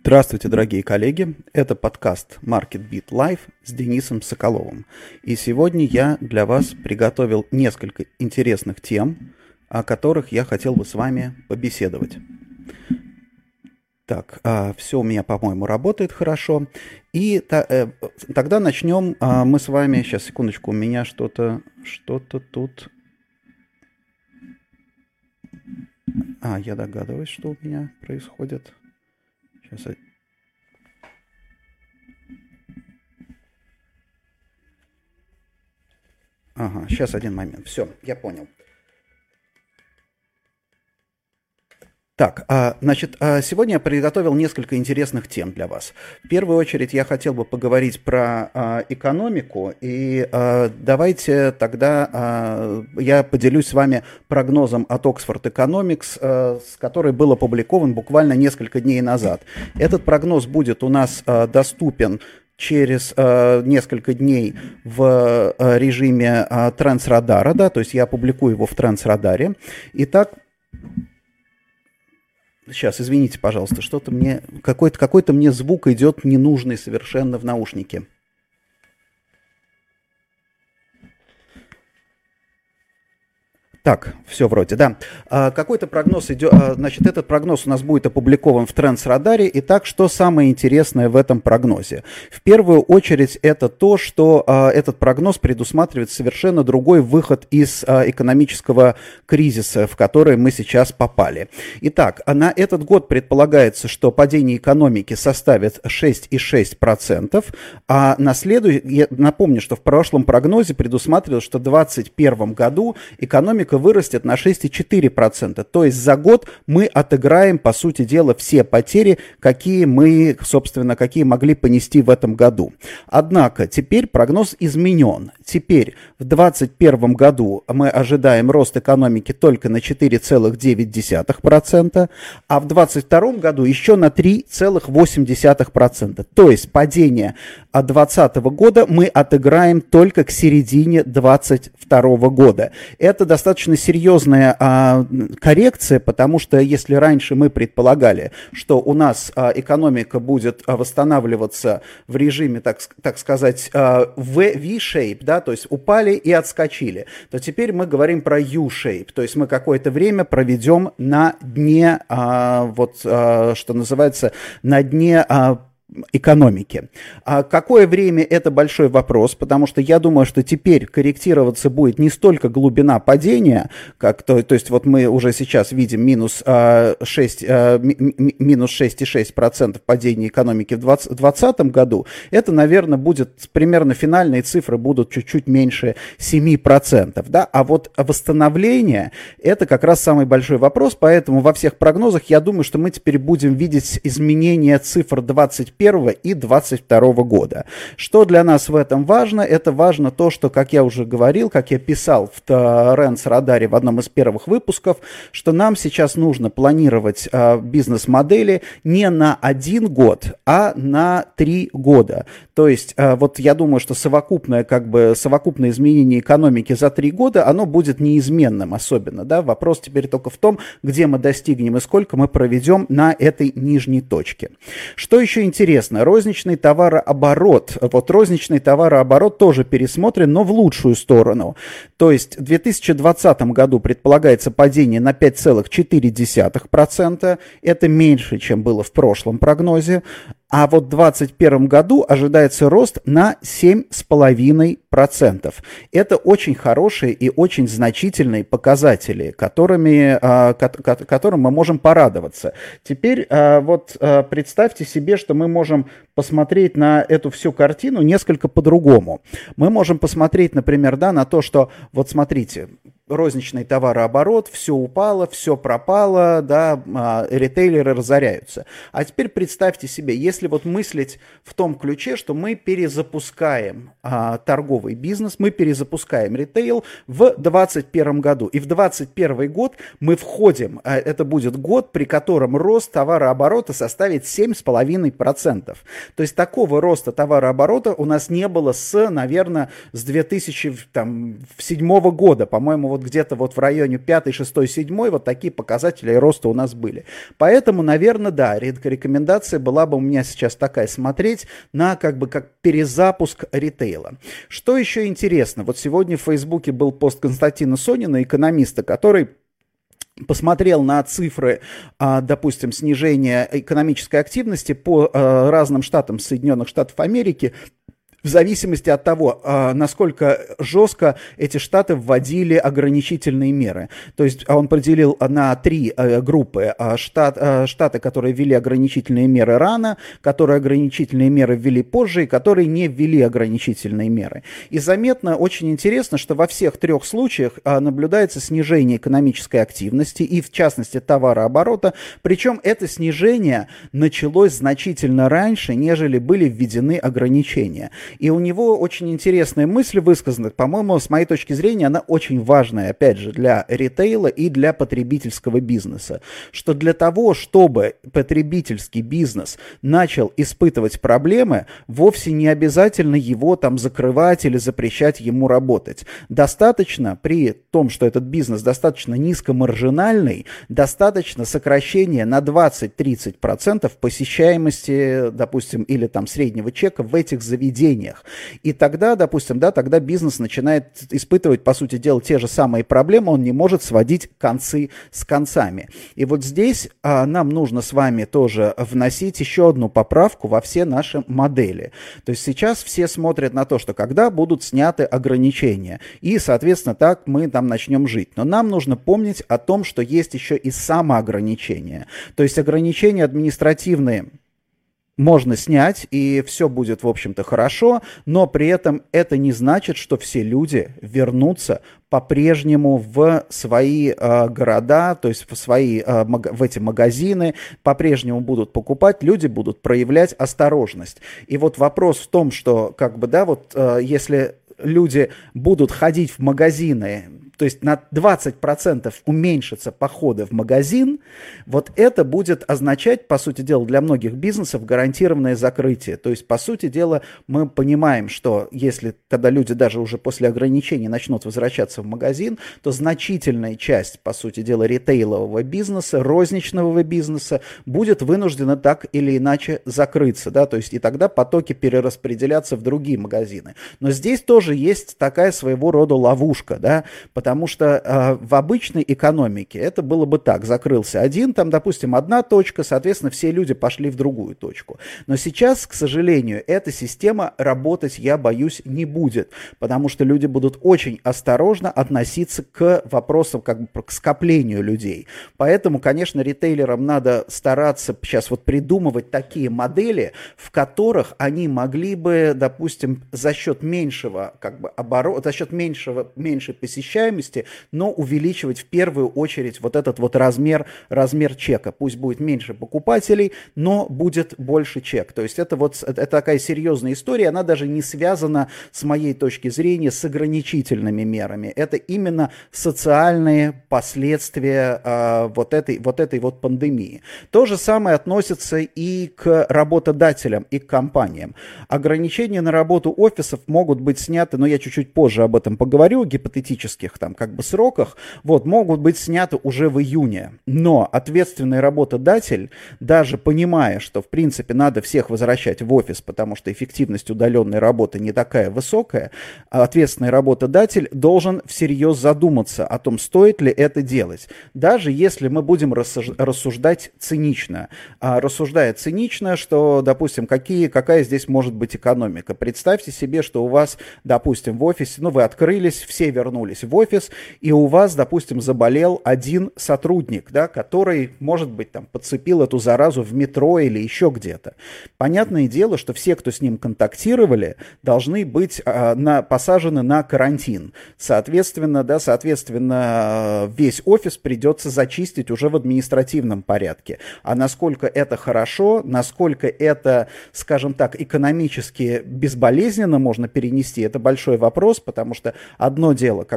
Здравствуйте, дорогие коллеги! Это подкаст MarketBeat Live с Денисом Соколовым. И сегодня я для вас приготовил несколько интересных тем, о которых я хотел бы с вами побеседовать. Так, все у меня, по-моему, работает хорошо. И тогда начнем мы с вами... Сейчас, секундочку, у меня что-то тут... Я догадываюсь, что у меня происходит. Сейчас. Сейчас один момент. Все, я понял. Так, сегодня я приготовил несколько интересных тем для вас. В первую очередь я хотел бы поговорить про экономику, и давайте тогда я поделюсь с вами прогнозом от Oxford Economics, который был опубликован буквально несколько дней назад. Этот прогноз будет у нас доступен через несколько дней в режиме Трансрадара, да, то есть я опубликую его в Трансрадаре. Итак, сейчас, извините, пожалуйста, что-то мне... Какой-то мне звук идет ненужный совершенно в наушнике. Так, все вроде, да. Какой-то прогноз идет, значит, этот прогноз у нас будет опубликован в Трансрадаре. Итак, что самое интересное в этом прогнозе? В первую очередь это то, что этот прогноз предусматривает совершенно другой выход из экономического кризиса, в который мы сейчас попали. Итак, на этот год предполагается, что падение экономики составит 6,6%, а на следующий, я напомню, что в прошлом прогнозе предусматривалось, что в 2021 году экономика вырастет на 6,4%. То есть за год мы отыграем, по сути дела, все потери, какие могли понести в этом году. Однако теперь прогноз изменен. Теперь в 2021 году мы ожидаем рост экономики только на 4,9%, а в 2022 году еще на 3,8%. То есть падение от 2020 года мы отыграем только к середине 2022 года. Это достаточно серьезная коррекция, потому что если раньше мы предполагали, что у нас экономика будет восстанавливаться в режиме, так сказать, V-shape, да, то есть упали и отскочили, то теперь мы говорим про U-shape, то есть мы какое-то время проведем на дне, что называется, на дне экономики. Какое время — это большой вопрос, потому что я думаю, что теперь корректироваться будет не столько глубина падения, то есть вот мы уже сейчас видим минус 6,6% падения экономики в 2020 году. Это, наверное, будет примерно финальные цифры будут чуть-чуть меньше 7%. Да? А вот восстановление — это как раз самый большой вопрос, поэтому во всех прогнозах я думаю, что мы теперь будем видеть изменения цифр 21 и 22 года. Что для нас в этом важно? Это важно то, что, как я уже говорил, как я писал в Трансрадаре в одном из первых выпусков, что нам сейчас нужно планировать бизнес-модели не на 1 год, а на 3 года. То есть, вот я думаю, что совокупное изменение экономики за 3 года, оно будет неизменным особенно. Да? Вопрос теперь только в том, где мы достигнем и сколько мы проведем на этой нижней точке. Что еще интересно? Розничный товарооборот. Вот розничный товарооборот тоже пересмотрен, но в лучшую сторону. То есть в 2020 году предполагается падение на 5,4%. Это меньше, чем было в прошлом прогнозе. А вот в 2021 году ожидается рост на 7,5%. Это очень хорошие и очень значительные показатели, которым мы можем порадоваться. Теперь представьте себе, что мы можем посмотреть на эту всю картину несколько по-другому. Мы можем посмотреть, например, на то, что, вот смотрите, розничный товарооборот, все упало, все пропало, да, ритейлеры разоряются. А теперь представьте себе, если вот мыслить в том ключе, что мы перезапускаем торговый бизнес, мы перезапускаем ритейл в 2021 году. И в 2021 год мы входим, это будет год, при котором рост товарооборота составит 7,5%. То есть такого роста товарооборота у нас не было наверное, с 2007 года. По-моему, вот где-то вот в районе 5, 6, 7 вот такие показатели роста у нас были. Поэтому, наверное, да, рекомендация была бы у меня сейчас такая: смотреть на как бы как перезапуск ритейла. Что еще интересно? Вот сегодня в Фейсбуке был пост Константина Сонина, экономиста, который посмотрел на цифры, допустим, снижения экономической активности по разным штатам Соединенных Штатов Америки, в зависимости от того, насколько жестко эти штаты вводили ограничительные меры. То есть он поделил на 3 группы. Штаты, которые ввели ограничительные меры рано, которые ограничительные меры ввели позже и которые не ввели ограничительные меры. И заметно, очень интересно, что во всех 3 случаях наблюдается снижение экономической активности и, в частности, товарооборота. Причем это снижение началось значительно раньше, нежели были введены ограничения. И у него очень интересная мысль высказана, по-моему, с моей точки зрения, она очень важная, опять же, для ритейла и для потребительского бизнеса, что для того, чтобы потребительский бизнес начал испытывать проблемы, вовсе не обязательно его там закрывать или запрещать ему работать. Достаточно, при том, что этот бизнес достаточно низкомаржинальный, достаточно сокращения на 20-30% посещаемости, допустим, или там среднего чека в этих заведениях. И тогда, допустим, да, тогда бизнес начинает испытывать, по сути дела, те же самые проблемы, он не может сводить концы с концами. И вот здесь нам нужно с вами тоже вносить еще одну поправку во все наши модели. То есть сейчас все смотрят на то, что когда будут сняты ограничения, и, соответственно, так мы там начнем жить. Но нам нужно помнить о том, что есть еще и самоограничения. То есть ограничения административные можно снять, и все будет, в общем-то, хорошо, но при этом это не значит, что все люди вернутся по-прежнему в свои города, то есть в эти магазины, по-прежнему будут покупать, люди будут проявлять осторожность. И вот вопрос в том, что, как бы, да, вот если люди будут ходить в магазины, то есть на 20% уменьшатся походы в магазин, вот это будет означать, по сути дела, для многих бизнесов гарантированное закрытие. То есть, по сути дела, мы понимаем, что если когда люди даже уже после ограничений начнут возвращаться в магазин, то значительная часть, по сути дела, ритейлового бизнеса, розничного бизнеса будет вынуждена так или иначе закрыться, да, то есть и тогда потоки перераспределятся в другие магазины. Но здесь тоже есть такая своего рода ловушка, да, потому что в обычной экономике это было бы так: закрылся один, там, допустим, одна точка, соответственно, все люди пошли в другую точку. Но сейчас, к сожалению, эта система работать, я боюсь, не будет, потому что люди будут очень осторожно относиться к вопросам, как бы, к скоплению людей. Поэтому, конечно, ритейлерам надо стараться сейчас вот придумывать такие модели, в которых они могли бы, допустим, за счет меньшего, как бы, оборота, за счет меньшей посещаемости, но увеличивать в первую очередь вот этот вот размер чека. Пусть будет меньше покупателей, но будет больше чек. То есть это такая серьезная история, она даже не связана, с моей точки зрения, с ограничительными мерами. Это именно социальные последствия вот этой пандемии. То же самое относится и к работодателям, и к компаниям. Ограничения на работу офисов могут быть сняты, но я чуть-чуть позже об этом поговорю, гипотетических там как бы сроках, вот, могут быть сняты уже в июне. Но ответственный работодатель, даже понимая, что в принципе надо всех возвращать в офис, потому что эффективность удаленной работы не такая высокая, ответственный работодатель должен всерьез задуматься о том, стоит ли это делать. Даже если мы будем рассуждать цинично. Рассуждая цинично, что, допустим, какая здесь может быть экономика. Представьте себе, что у вас, допустим, в офисе, вы открылись, все вернулись в офис, и у вас, допустим, заболел один сотрудник, да, который, может быть, там, подцепил эту заразу в метро или еще где-то. Понятное дело, что все, кто с ним контактировали, должны быть посажены на карантин. Соответственно, весь офис придется зачистить уже в административном порядке. А насколько это хорошо, насколько это, скажем так, экономически безболезненно можно перенести, это большой вопрос, потому что одно дело, когда там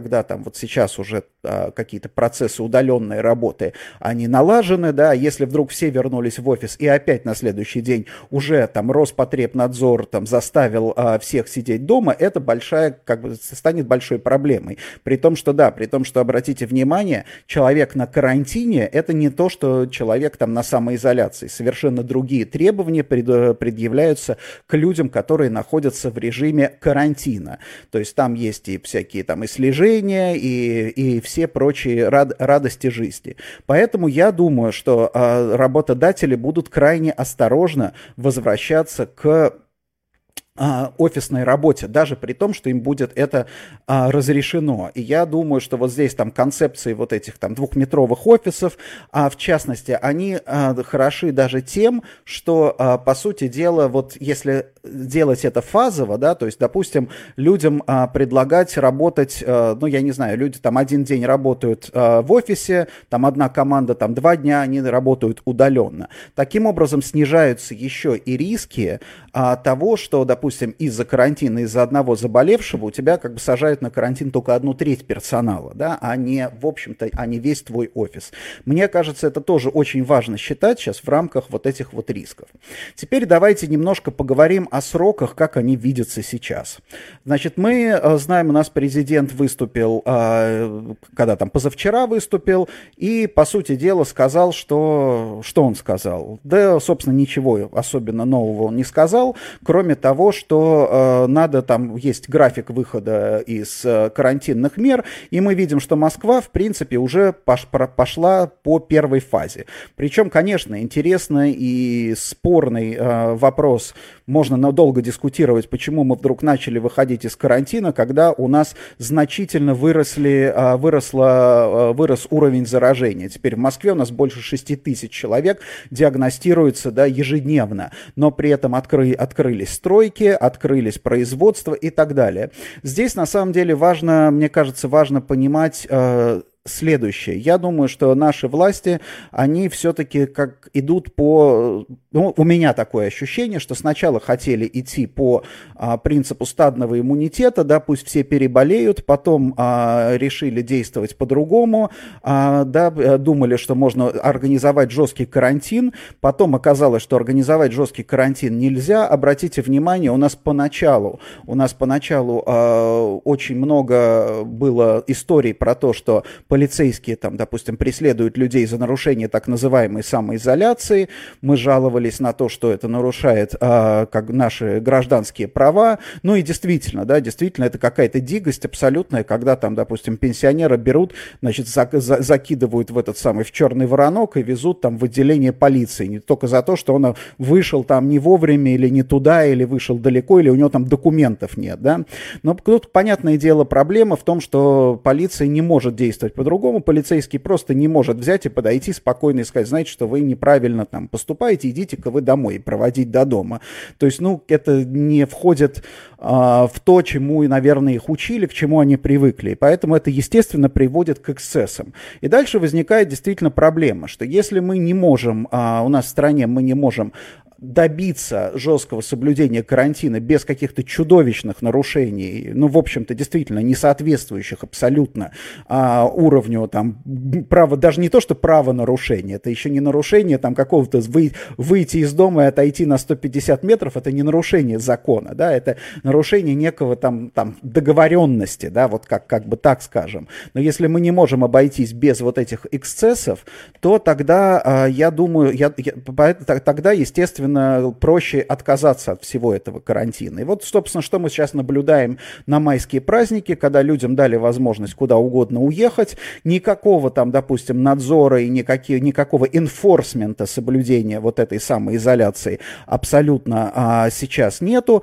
вот сейчас уже какие-то процессы удаленной работы, они налажены, да, если вдруг все вернулись в офис и опять на следующий день уже там Роспотребнадзор там заставил всех сидеть дома, это большая, как бы, станет большой проблемой. При том, что, да, при том, что, обратите внимание, человек на карантине, это не то, что человек там на самоизоляции. Совершенно другие требования предъявляются к людям, которые находятся в режиме карантина. То есть там есть и всякие там и слежения, и все прочие радости жизни. Поэтому я думаю, что работодатели будут крайне осторожно возвращаться к офисной работе, даже при том, что им будет это разрешено. И я думаю, что вот здесь там концепции вот этих там двухметровых офисов, в частности, они хороши даже тем, что, по сути дела, вот если делать это фазово, да, то есть, допустим, людям предлагать работать, ну, я не знаю, люди там один день работают в офисе, там одна команда, там 2 дня они работают удаленно. Таким образом снижаются еще и риски того, что, допустим, из-за карантина, из-за одного заболевшего у тебя как бы сажают на карантин только 1/3 персонала, да, а не, в общем-то, а не весь твой офис. Мне кажется, это тоже очень важно считать сейчас в рамках вот этих вот рисков. Теперь давайте немножко поговорим о сроках, как они видятся сейчас. Значит, мы знаем, у нас президент выступил, когда там позавчера выступил, и, по сути дела, сказал, что он сказал? Да, собственно, ничего особенно нового он не сказал, кроме того, что надо, там есть график выхода из карантинных мер, и мы видим, что Москва, в принципе, уже пошла по первой фазе. Причем, конечно, интересный и спорный вопрос, можно долго дискутировать, почему мы вдруг начали выходить из карантина, когда у нас значительно вырос уровень заражения. Теперь в Москве у нас больше 6 тысяч человек диагностируется, да, ежедневно, но при этом открылись стройки, открылись производства и так далее. Здесь на самом деле важно, мне кажется, важно понимать следующее. Я думаю, что наши власти, они все-таки как идут по... Ну, у меня такое ощущение, что сначала хотели идти по принципу стадного иммунитета, да, пусть все переболеют, потом решили действовать по-другому, да, думали, что можно организовать жесткий карантин, потом оказалось, что организовать жесткий карантин нельзя. Обратите внимание, у нас поначалу очень много было историй про то, что полицейские, там, допустим, преследуют людей за нарушение так называемой самоизоляции. Мы жаловались на то, что это нарушает как наши гражданские права. Ну и действительно, да, действительно, это какая-то дикость абсолютная, когда там, допустим, пенсионера берут, значит, закидывают в черный воронок и везут там в отделение полиции. Не только за то, что он вышел там не вовремя или не туда, или вышел далеко, или у него там документов нет, да. Но тут, понятное дело, проблема в том, что полиция не может действовать по-другому, полицейский просто не может взять и подойти спокойно и сказать, знаете, что вы неправильно там поступаете, идите-ка вы домой и проводить до дома. То есть, ну, это не входит в то, чему, наверное, их учили, к чему они привыкли. И поэтому это, естественно, приводит к эксцессам. И дальше возникает действительно проблема, что если мы не можем, у нас в стране мы не можем добиться жесткого соблюдения карантина без каких-то чудовищных нарушений, ну, в общем-то, действительно не соответствующих абсолютно уровню там права, даже не то, что правонарушение, это еще не нарушение там какого-то выйти из дома и отойти на 150 метров, это не нарушение закона, да, это нарушение некого там договоренности, да, вот как бы так скажем. Но если мы не можем обойтись без вот этих эксцессов, то тогда, я думаю, тогда, естественно, проще отказаться от всего этого карантина. И вот, собственно, что мы сейчас наблюдаем на майские праздники, когда людям дали возможность куда угодно уехать, никакого там, допустим, надзора и никакого энфорсмента соблюдения вот этой самоизоляции абсолютно сейчас нету,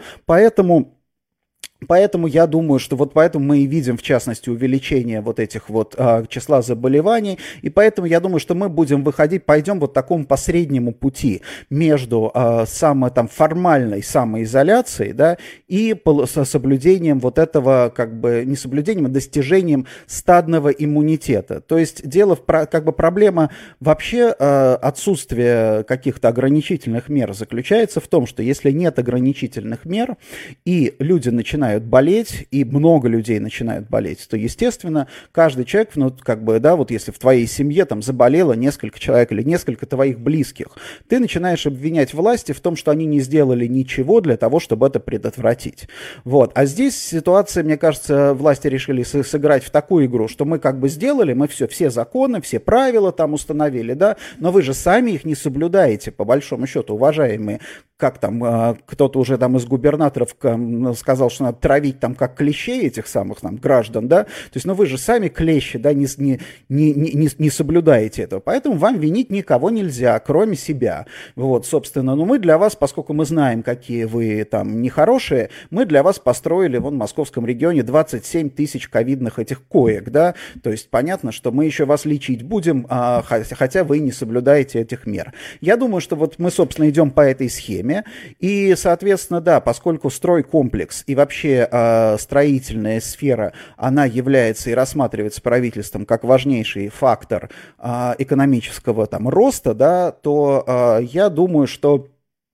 Поэтому я думаю, что вот поэтому мы и видим, в частности, увеличение вот этих вот числа заболеваний, и поэтому я думаю, что мы будем пойдем вот такому посреднему пути между формальной самоизоляцией, да, и соблюдением вот этого, как бы, не соблюдением, а достижением стадного иммунитета. То есть проблема вообще отсутствия каких-то ограничительных мер заключается в том, что если нет ограничительных мер, и люди начинают начинают болеть, и много людей начинают болеть, то, естественно, каждый человек, ну, как бы, да, вот если в твоей семье там заболело несколько человек или несколько твоих близких, ты начинаешь обвинять власти в том, что они не сделали ничего для того, чтобы это предотвратить. Вот. А здесь ситуация, мне кажется, власти решили сыграть в такую игру, что мы как бы сделали, мы все законы, все правила там установили, да, но вы же сами их не соблюдаете, по большому счету, уважаемые. Как там, кто-то уже там из губернаторов сказал, что надо травить там как клещей этих самых там граждан, да, то есть, ну вы же сами клещи, да, не соблюдаете этого, поэтому вам винить никого нельзя, кроме себя, вот, собственно, ну мы для вас, поскольку мы знаем, какие вы там нехорошие, мы для вас построили вон в московском регионе 27 тысяч ковидных этих коек, да, то есть понятно, что мы еще вас лечить будем, хотя вы не соблюдаете этих мер. Я думаю, что вот мы, собственно, идем по этой схеме. И, соответственно, да, поскольку стройкомплекс и вообще строительная сфера, она является и рассматривается правительством как важнейший фактор экономического там роста, да, то я думаю, что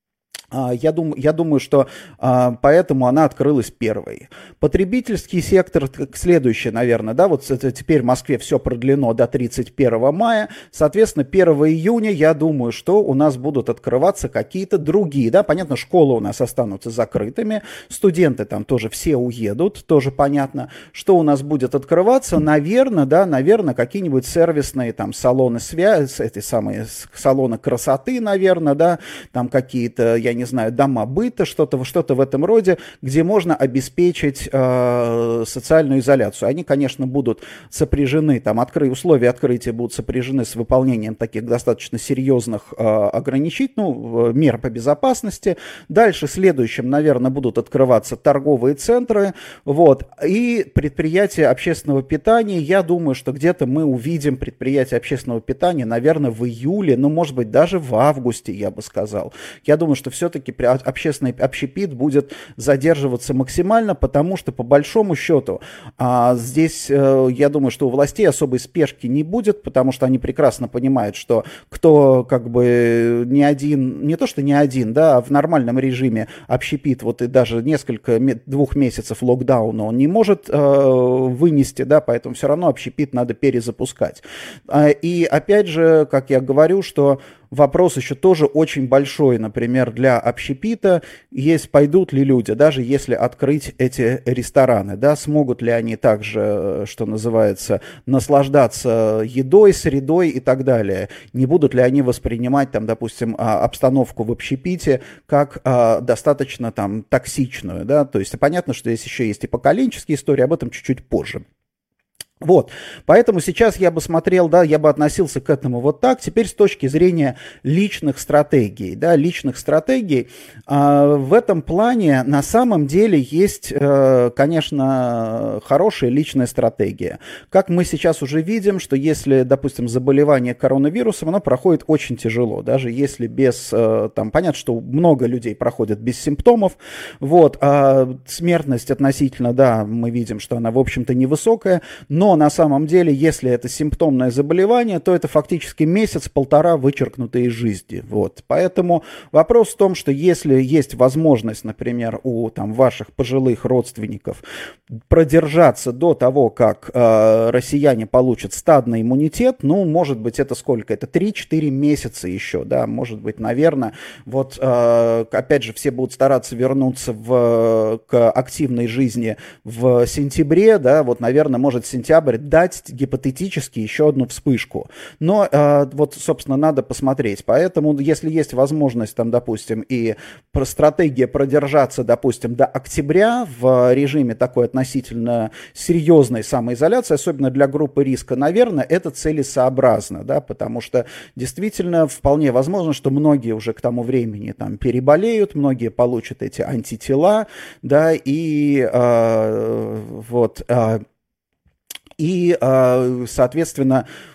поэтому она открылась первой. Потребительский сектор следующий, наверное, да, вот теперь в Москве все продлено до 31 мая, соответственно, 1 июня, я думаю, что у нас будут открываться какие-то другие, да, понятно, школы у нас останутся закрытыми, студенты там тоже все уедут, тоже понятно, что у нас будет открываться, наверное, да, какие-нибудь сервисные там салоны связи, эти самые салоны красоты, наверное, да, там какие-то, я не знаю, дома быта, что-то в этом роде, где можно обеспечить социальную изоляцию. Они, конечно, будут сопряжены, там, условия открытия будут сопряжены с выполнением таких достаточно серьезных мер по безопасности. Дальше следующим, наверное, будут открываться торговые центры, вот, и предприятия общественного питания. Я думаю, что где-то мы увидим предприятия общественного питания, наверное, в июле, ну, может быть, даже в августе, я бы сказал. Я думаю, что все-таки общественный общепит будет задерживаться максимально, потому что, по большому счету, здесь, я думаю, что у властей особой спешки не будет, потому что они прекрасно понимают, что кто как бы не то что не один, да, а в нормальном режиме общепит, вот и даже 2 месяцев локдауна он не может вынести, да, поэтому все равно общепит надо перезапускать. И опять же, как я говорю, что вопрос еще тоже очень большой, например, для общепита, пойдут ли люди, даже если открыть эти рестораны, да, смогут ли они также, что называется, наслаждаться едой, средой и так далее, не будут ли они воспринимать, там, допустим, обстановку в общепите как достаточно там токсичную, да, то есть понятно, что здесь еще есть и поколенческие истории, об этом чуть-чуть позже. Вот, поэтому сейчас я бы смотрел, да, я бы относился к этому вот так. Теперь с точки зрения личных стратегий, да, в этом плане на самом деле есть, конечно, хорошая личная стратегия. Как мы сейчас уже видим, что если, допустим, заболевание коронавирусом, оно проходит очень тяжело, даже если понятно, что много людей проходят без симптомов, вот, а смертность относительно, да, мы видим, что она, в общем-то, невысокая, но на самом деле, если это симптомное заболевание, то это фактически месяц-полтора вычеркнутые из жизни. Вот. Поэтому вопрос в том, что если есть возможность, например, у там, ваших пожилых родственников продержаться до того, как россияне получат стадный иммунитет, ну, может быть, это сколько? Это 3-4 месяца еще, да, может быть, наверное. Вот, опять же, все будут стараться вернуться к активной жизни в сентябре, да, вот, наверное, может, сентябрь дать гипотетически еще одну вспышку. Но вот, собственно, надо посмотреть. Поэтому, если есть возможность, там, допустим, и стратегия продержаться, допустим, до октября в режиме такой относительно серьезной самоизоляции, особенно для группы риска, наверное, это целесообразно, да, потому что действительно вполне возможно, что многие уже к тому времени там переболеют, многие получат эти антитела, да, и соответственно,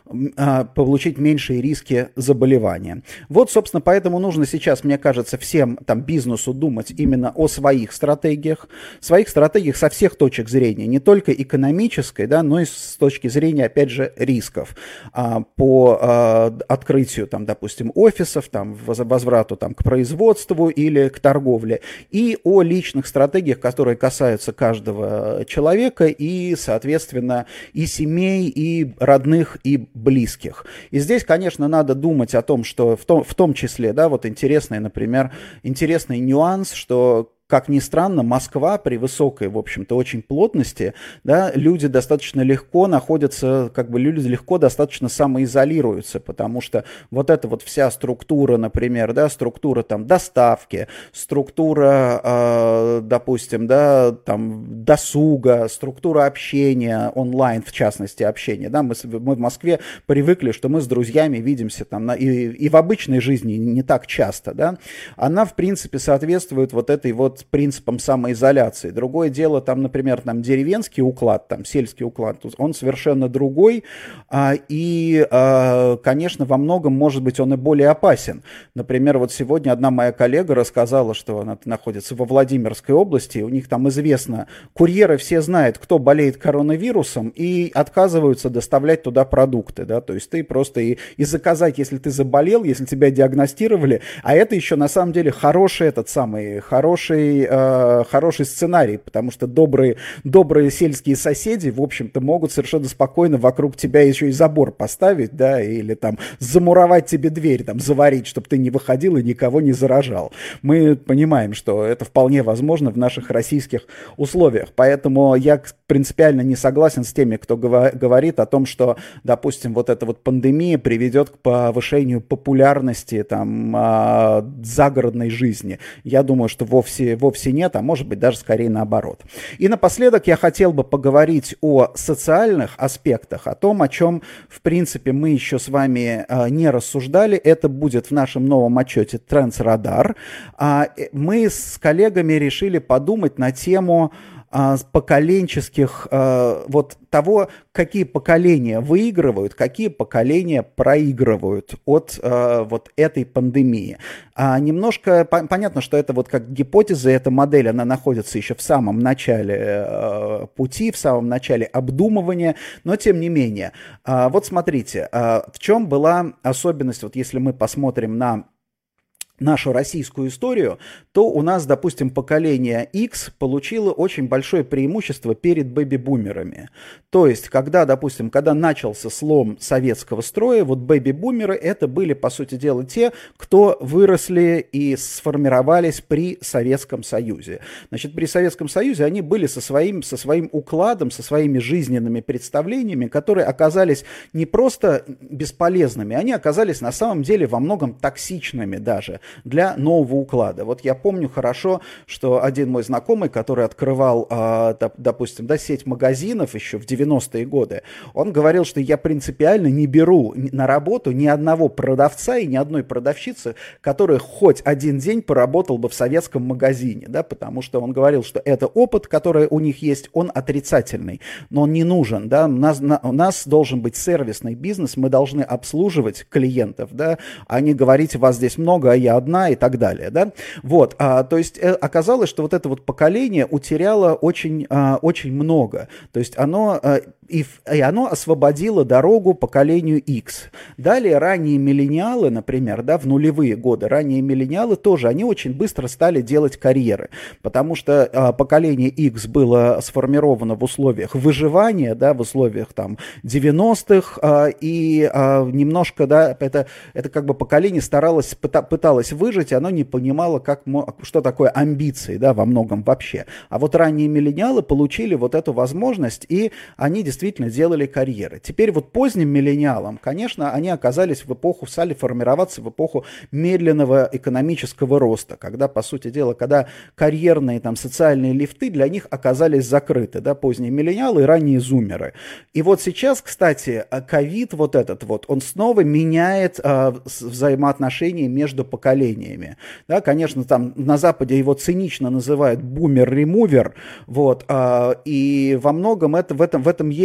получить меньшие риски заболевания. Вот, собственно, поэтому нужно сейчас, мне кажется, всем там бизнесу думать именно о своих стратегиях со всех точек зрения, не только экономической, да, но и с точки зрения, опять же, рисков по открытию, там, допустим, офисов, там, возврату там, к производству или к торговле, и о личных стратегиях, которые касаются каждого человека и, соответственно, и семей, и родных, и близких. И здесь, конечно, надо думать о том, что в том числе, да, вот интересный, например, интересный нюанс, что как ни странно, Москва при высокой, в общем-то, очень плотности, да, люди достаточно легко находятся, как бы люди легко достаточно самоизолируются, потому что вот эта вот вся структура, например, да, структура там доставки, структура, допустим, да, там досуга, структура общения онлайн, в частности, общения, да, мы в Москве привыкли, что мы с друзьями видимся там и в обычной жизни не так часто, да, она, в принципе, соответствует вот этой вот принципам самоизоляции. Другое дело, там, например, там деревенский уклад, там сельский уклад, он совершенно другой, конечно, во многом, может быть, он и более опасен. Например, вот сегодня одна моя коллега рассказала, что она находится во Владимирской области, у них там известно, курьеры все знают, кто болеет коронавирусом, и отказываются доставлять туда продукты, да, то есть ты просто и заказать, если ты заболел, если тебя диагностировали, а это еще на самом деле хороший сценарий, потому что добрые сельские соседи, в общем-то, могут совершенно спокойно вокруг тебя еще и забор поставить, да, или там замуровать тебе дверь, там, заварить, чтобы ты не выходил и никого не заражал. Мы понимаем, что это вполне возможно в наших российских условиях, поэтому я принципиально не согласен с теми, кто говорит о том, что, допустим, вот эта вот пандемия приведет к повышению популярности там загородной жизни. Я думаю, что вовсе нет, а может быть даже скорее наоборот. И напоследок я хотел бы поговорить о социальных аспектах, о том, о чем, в принципе, мы еще с вами не рассуждали. Это будет в нашем новом отчете Trends Radar. Мы с коллегами решили подумать на тему поколенческих, вот того, какие поколения выигрывают, какие поколения проигрывают от вот этой пандемии. Немножко понятно, что это вот как гипотеза, эта модель, она находится еще в самом начале пути, в самом начале обдумывания, но тем не менее. Вот смотрите, в чем была особенность, вот если мы посмотрим на нашу российскую историю, то у нас, допустим, поколение X получило очень большое преимущество перед бэби-бумерами. То есть, когда начался слом советского строя, вот бэби-бумеры это были, по сути дела, те, кто выросли и сформировались при Советском Союзе. Значит, при Советском Союзе они были со своим укладом, со своими жизненными представлениями, которые оказались не просто бесполезными, они оказались на самом деле во многом токсичными даже для нового уклада. Вот я помню хорошо, что один мой знакомый, который открывал, допустим, сеть магазинов еще в 90-е годы, он говорил, что я принципиально не беру на работу ни одного продавца и ни одной продавщицы, который хоть один день поработал бы в советском магазине, да, потому что он говорил, что это опыт, который у них есть, он отрицательный, но он не нужен, да, у нас должен быть сервисный бизнес, мы должны обслуживать клиентов, да, а не говорить, вас здесь много, а я одна и так далее, да, вот, то есть оказалось, что вот это вот поколение утеряло очень много, то есть оно освободило дорогу поколению X. Далее ранние миллениалы, например, да, в нулевые годы, ранние миллениалы тоже, они очень быстро стали делать карьеры, потому что поколение X было сформировано в условиях выживания, да, в условиях там 90-х, и немножко, да, это как бы поколение пыталось выжить, и оно не понимало, что такое амбиции, да, во многом вообще. А вот ранние миллениалы получили вот эту возможность, и они действительно делали карьеры. Теперь вот поздним миллениалам, конечно, они стали формироваться в эпоху медленного экономического роста, когда, по сути дела, когда карьерные там социальные лифты для них оказались закрыты, да, поздние миллениалы и ранние зумеры. И вот сейчас, кстати, ковид вот этот вот, он снова меняет взаимоотношения между поколениями. Да, конечно, там на Западе его цинично называют бумер-ремувер, вот, и во многом в этом есть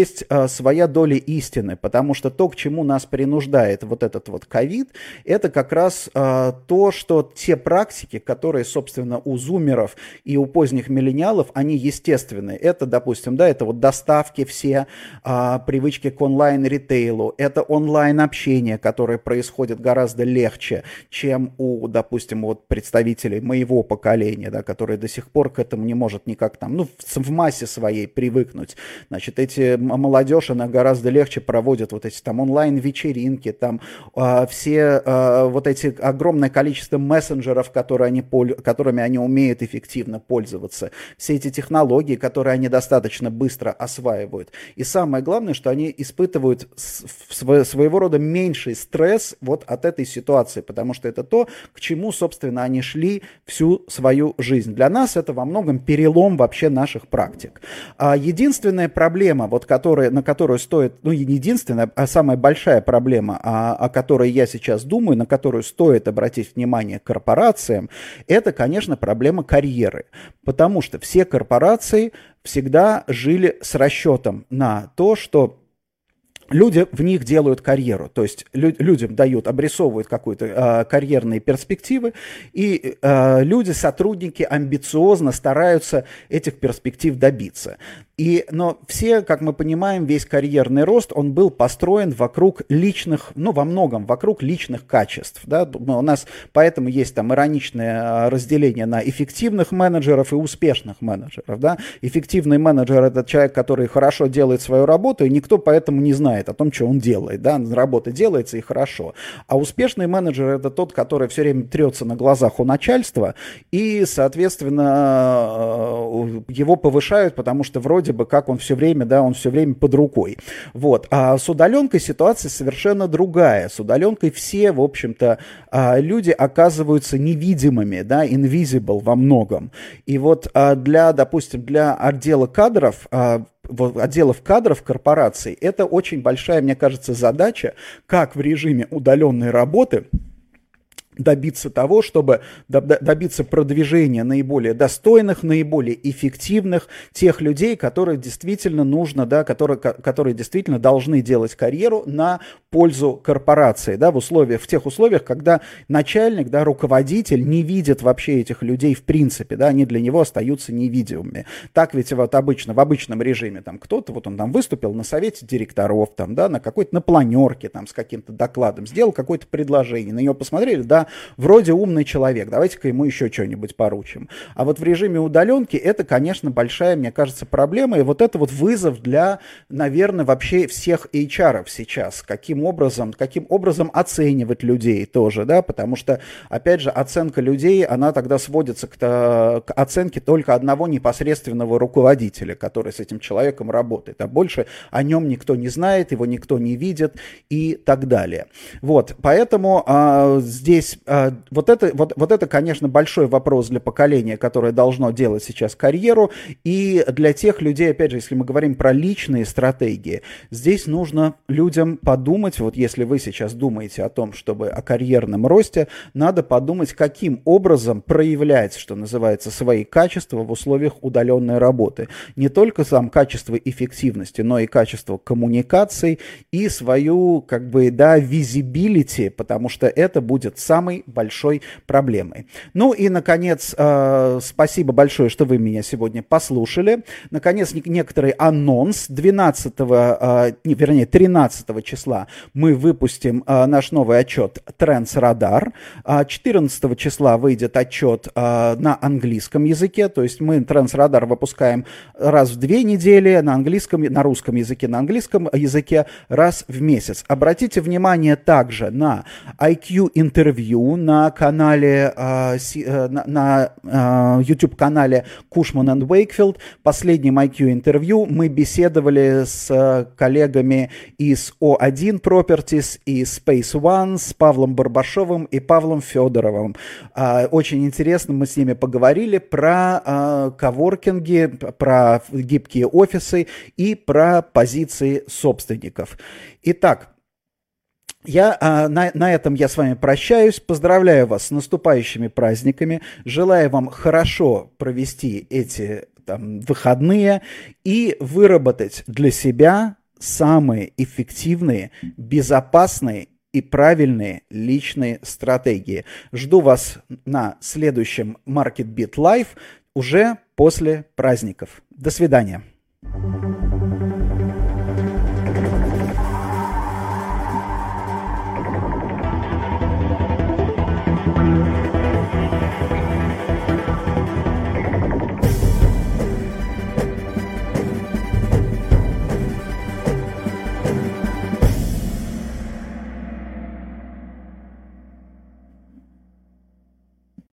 есть своя доля истины, потому что то, к чему нас принуждает вот этот вот ковид, это как раз то, что те практики, которые, собственно, у зумеров и у поздних миллениалов, они естественные. Это, допустим, да, это вот доставки все, привычки к онлайн-ритейлу, это онлайн-общение, которое происходит гораздо легче, чем у, допустим, вот представителей моего поколения, да, которые до сих пор к этому не может никак там, ну, в массе своей привыкнуть. Значит, эти молодежь, она гораздо легче проводит вот эти там онлайн-вечеринки, там все вот эти огромное количество мессенджеров, которыми они умеют эффективно пользоваться, все эти технологии, которые они достаточно быстро осваивают. И самое главное, что они испытывают своего рода меньший стресс вот от этой ситуации, потому что это то, к чему, собственно, они шли всю свою жизнь. Для нас это во многом перелом вообще наших практик. Единственная проблема, вот на которую стоит, ну, не единственная, а самая большая проблема, о которой я сейчас думаю, на которую стоит обратить внимание корпорациям, это, конечно, проблема карьеры. Потому что все корпорации всегда жили с расчетом на то, что люди в них делают карьеру, то есть людям обрисовывают какие-то карьерные перспективы, и люди, сотрудники амбициозно стараются этих перспектив добиться. Но все, как мы понимаем, весь карьерный рост, он был построен вокруг личных, ну, во многом вокруг личных качеств. Да? У нас поэтому есть там ироничное разделение на эффективных менеджеров и успешных менеджеров. Да? Эффективный менеджер – это человек, который хорошо делает свою работу, и никто поэтому не знает о том, что он делает. Да? Работа делается и хорошо. А успешный менеджер – это тот, который все время трется на глазах у начальства, и, соответственно, его повышают, потому что вроде бы как он все время под рукой. Вот. А с удаленкой ситуация совершенно другая. С удаленкой все, в общем-то, люди оказываются невидимыми, да, invisible во многом. И вот допустим, для отдела кадров, отделов кадров корпораций, это очень большая, мне кажется, задача, как в режиме удаленной работы добиться того, чтобы добиться продвижения наиболее достойных, наиболее эффективных тех людей, которые действительно нужно, да, которые действительно должны делать карьеру на пользу корпорации, да, в тех условиях, когда начальник, да, руководитель не видит вообще этих людей в принципе, да, они для него остаются невидимыми. Так ведь вот обычно, в обычном режиме там кто-то, вот он там выступил на совете директоров, там, да, на планерке там с каким-то докладом, сделал какое-то предложение, на него посмотрели, да, вроде умный человек, давайте-ка ему еще что-нибудь поручим. А вот в режиме удаленки это, конечно, большая, мне кажется, проблема, и вот это вот вызов для, наверное, вообще всех HR-ов сейчас, каким образом оценивать людей тоже, да, потому что, опять же, оценка людей, она тогда сводится к оценке только одного непосредственного руководителя, который с этим человеком работает, а больше о нем никто не знает, его никто не видит и так далее. Вот, поэтому здесь вот это, конечно, большой вопрос для поколения, которое должно делать сейчас карьеру, и для тех людей, опять же, если мы говорим про личные стратегии, здесь нужно людям подумать, вот если вы сейчас думаете о том, чтобы о карьерном росте, надо подумать, каким образом проявлять, что называется, свои качества в условиях удаленной работы. Не только сам качество эффективности, но и качество коммуникаций и свою, как бы, да, visibility, потому что это будет самой большой проблемой. Ну и, наконец, спасибо большое, что вы меня сегодня послушали. Наконец, некоторый анонс. 13 числа мы выпустим наш новый отчет Trends Radar. 14 числа выйдет отчет на английском языке, то есть мы Trends Radar выпускаем раз в 2 недели, на русском языке, на английском языке раз в месяц. Обратите внимание также на IQ-интервью на канале, на YouTube-канале Cushman & Wakefield. Последнем IQ-интервью мы беседовали с коллегами из O1 Properties и Space One, с Павлом Барбашовым и Павлом Федоровым. Очень интересно, мы с ними поговорили про коворкинги, про гибкие офисы и про позиции собственников. Итак, на этом я с вами прощаюсь, поздравляю вас с наступающими праздниками, желаю вам хорошо провести эти там, выходные и выработать для себя самые эффективные, безопасные и правильные личные стратегии. Жду вас на следующем MarketBeat Live уже после праздников. До свидания.